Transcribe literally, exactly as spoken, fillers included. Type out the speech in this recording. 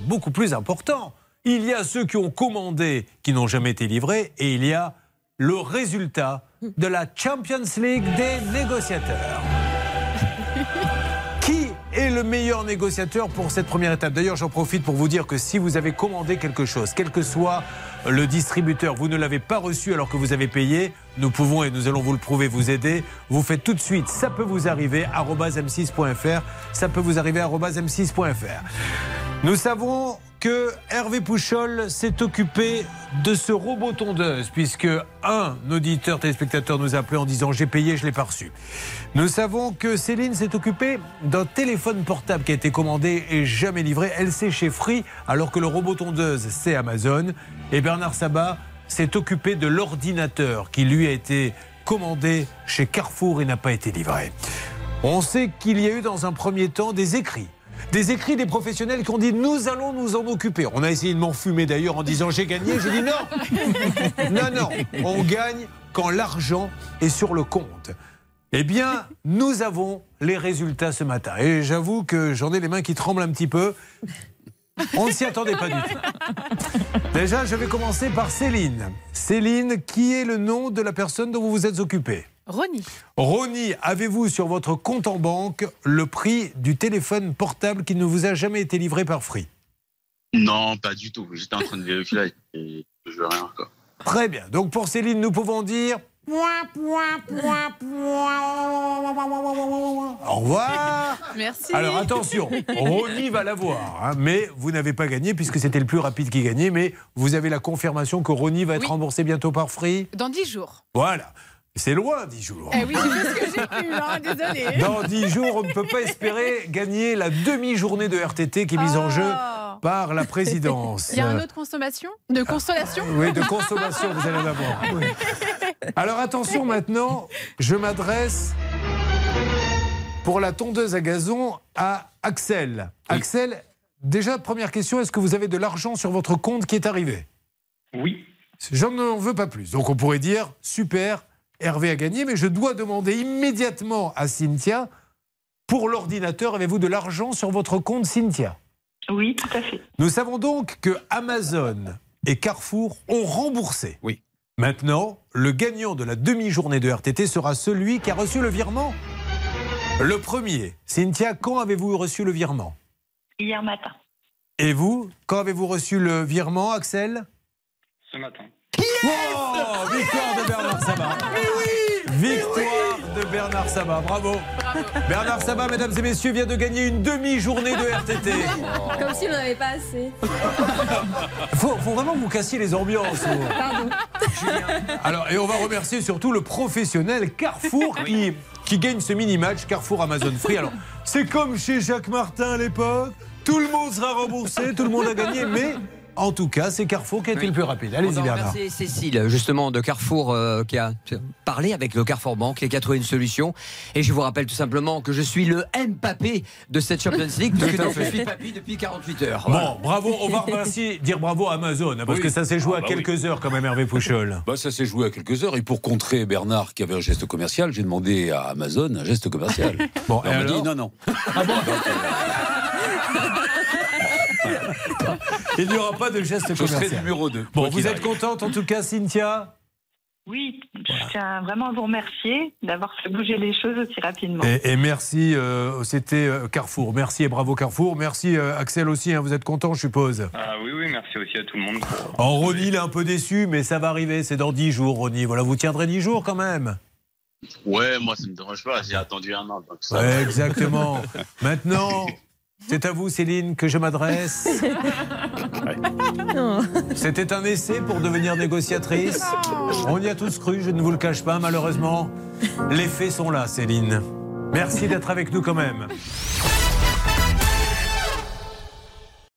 beaucoup plus important. Il y a ceux qui ont commandé, qui n'ont jamais été livrés, et il y a le résultat de la Champions League des négociateurs. Qui est le meilleur négociateur pour cette première étape? D'ailleurs, j'en profite pour vous dire que si vous avez commandé quelque chose, quel que soit le distributeur, vous ne l'avez pas reçu alors que vous avez payé, nous pouvons, et nous allons vous le prouver, vous aider. Vous faites tout de suite, ça peut vous arriver, arobase m six point f r, ça peut vous arriver, arobase m six point f r. Nous savons que Hervé Pouchol s'est occupé de ce robot tondeuse, puisque un auditeur téléspectateur nous a appelé en disant « j'ai payé, je ne l'ai pas reçu ». Nous savons que Céline s'est occupée d'un téléphone portable qui a été commandé et jamais livré. Elle c'est chez Free, alors que le robot tondeuse c'est Amazon. Et Bernard Sabat s'est occupé de l'ordinateur qui lui a été commandé chez Carrefour et n'a pas été livré. On sait qu'il y a eu dans un premier temps des écrits. Des écrits des professionnels qui ont dit « nous allons nous en occuper ». On a essayé de m'enfumer d'ailleurs en disant « j'ai gagné ». J'ai dit « non, non, non, on gagne quand l'argent est sur le compte ». Eh bien, nous avons les résultats ce matin. Et j'avoue que j'en ai les mains qui tremblent un petit peu. On ne s'y attendait pas du tout. Déjà, je vais commencer par Céline. Céline, qui est le nom de la personne dont vous vous êtes occupée? Rony. Rony, avez-vous sur votre compte en banque le prix du téléphone portable qui ne vous a jamais été livré par Free? Non, pas du tout. J'étais en train de vérifier là et je veux rien encore. Très bien. Donc pour Céline, nous pouvons dire... Au revoir. Merci. Alors attention, Rony va l'avoir, hein, mais vous n'avez pas gagné puisque c'était le plus rapide qui gagnait. Mais vous avez la confirmation que Rony va être oui. remboursé bientôt par Free? Dans dix jours. Voilà. C'est loin, dix jours. Eh oui, j'ai fait ce que j'ai pu, hein, désolé. Dans dix jours, on ne peut pas espérer gagner la demi-journée de R T T qui est mise oh. en jeu par la présidence. Il y a un autre consommation De consolation ah, Oui, de consommation, vous allez en avoir. Oui. Alors attention maintenant, je m'adresse pour la tondeuse à gazon à Axel. Oui. Axel, déjà, première question, est-ce que vous avez de l'argent sur votre compte qui est arrivé? Oui. Je n'en veux pas plus. Donc on pourrait dire, super, Hervé a gagné, mais je dois demander immédiatement à Cynthia, pour l'ordinateur, avez-vous de l'argent sur votre compte, Cynthia? Oui, tout à fait. Nous savons donc que Amazon et Carrefour ont remboursé. Oui. Maintenant, le gagnant de la demi-journée de R T T sera celui qui a reçu le virement. Le premier. Cynthia, quand avez-vous reçu le virement? Hier matin. Et vous, quand avez-vous reçu le virement, Axel? Ce matin. Yes oh, victoire de Bernard Sabat. Oui, oui. Victoire de Bernard Sabat. Bravo. Bravo. Bernard Sabat, mesdames et messieurs, vient de gagner une demi-journée de R T T. Comme s'il n'en avait pas assez. Faut, faut vraiment que vous cassiez les ambiances. Pardon. Alors, et on va remercier surtout le professionnel Carrefour qui, qui gagne ce mini-match Carrefour Amazon Free. Alors, c'est comme chez Jacques Martin à l'époque. Tout le monde sera remboursé, tout le monde a gagné, mais... En tout cas, c'est Carrefour qui a été oui. le plus rapide. Allez-y, Bernard. C'est Cécile, justement, de Carrefour, euh, qui a parlé avec le Carrefour Bank et qui a trouvé une solution. Et je vous rappelle tout simplement que je suis le Mbappé de cette Champions League, parce que donc, je suis papy depuis quarante-huit heures. Bon, voilà. Bravo. On va remercier, dire bravo à Amazon, parce oui. que ça s'est joué ah, bah à quelques oui. heures quand même, Hervé Pouchol. Bah, ça s'est joué à quelques heures. Et pour contrer Bernard, qui avait un geste commercial, j'ai demandé à Amazon un geste commercial. Bon, et on m'a dit non, non. Ah bon Il n'y aura pas de geste commercial. Je serai numéro deux. Bon, vous êtes contente en tout cas, Cynthia? Oui, je tiens vraiment à vous remercier d'avoir fait bouger les choses aussi rapidement. Et, et merci, euh, c'était euh, Carrefour. Merci et bravo Carrefour. Merci euh, Axel aussi, hein, vous êtes content, je suppose? Ah oui, oui, merci aussi à tout le monde. Oh, Rony, il est un peu déçu, mais ça va arriver, c'est dans dix jours, Rony. Voilà, vous tiendrez dix jours quand même. Ouais, moi ça ne me dérange pas, j'ai attendu un an. Donc ça... ouais, exactement. Maintenant... C'est à vous, Céline, que je m'adresse. C'était un essai pour devenir négociatrice. On y a tous cru, je ne vous le cache pas, malheureusement. Les faits sont là, Céline. Merci d'être avec nous quand même.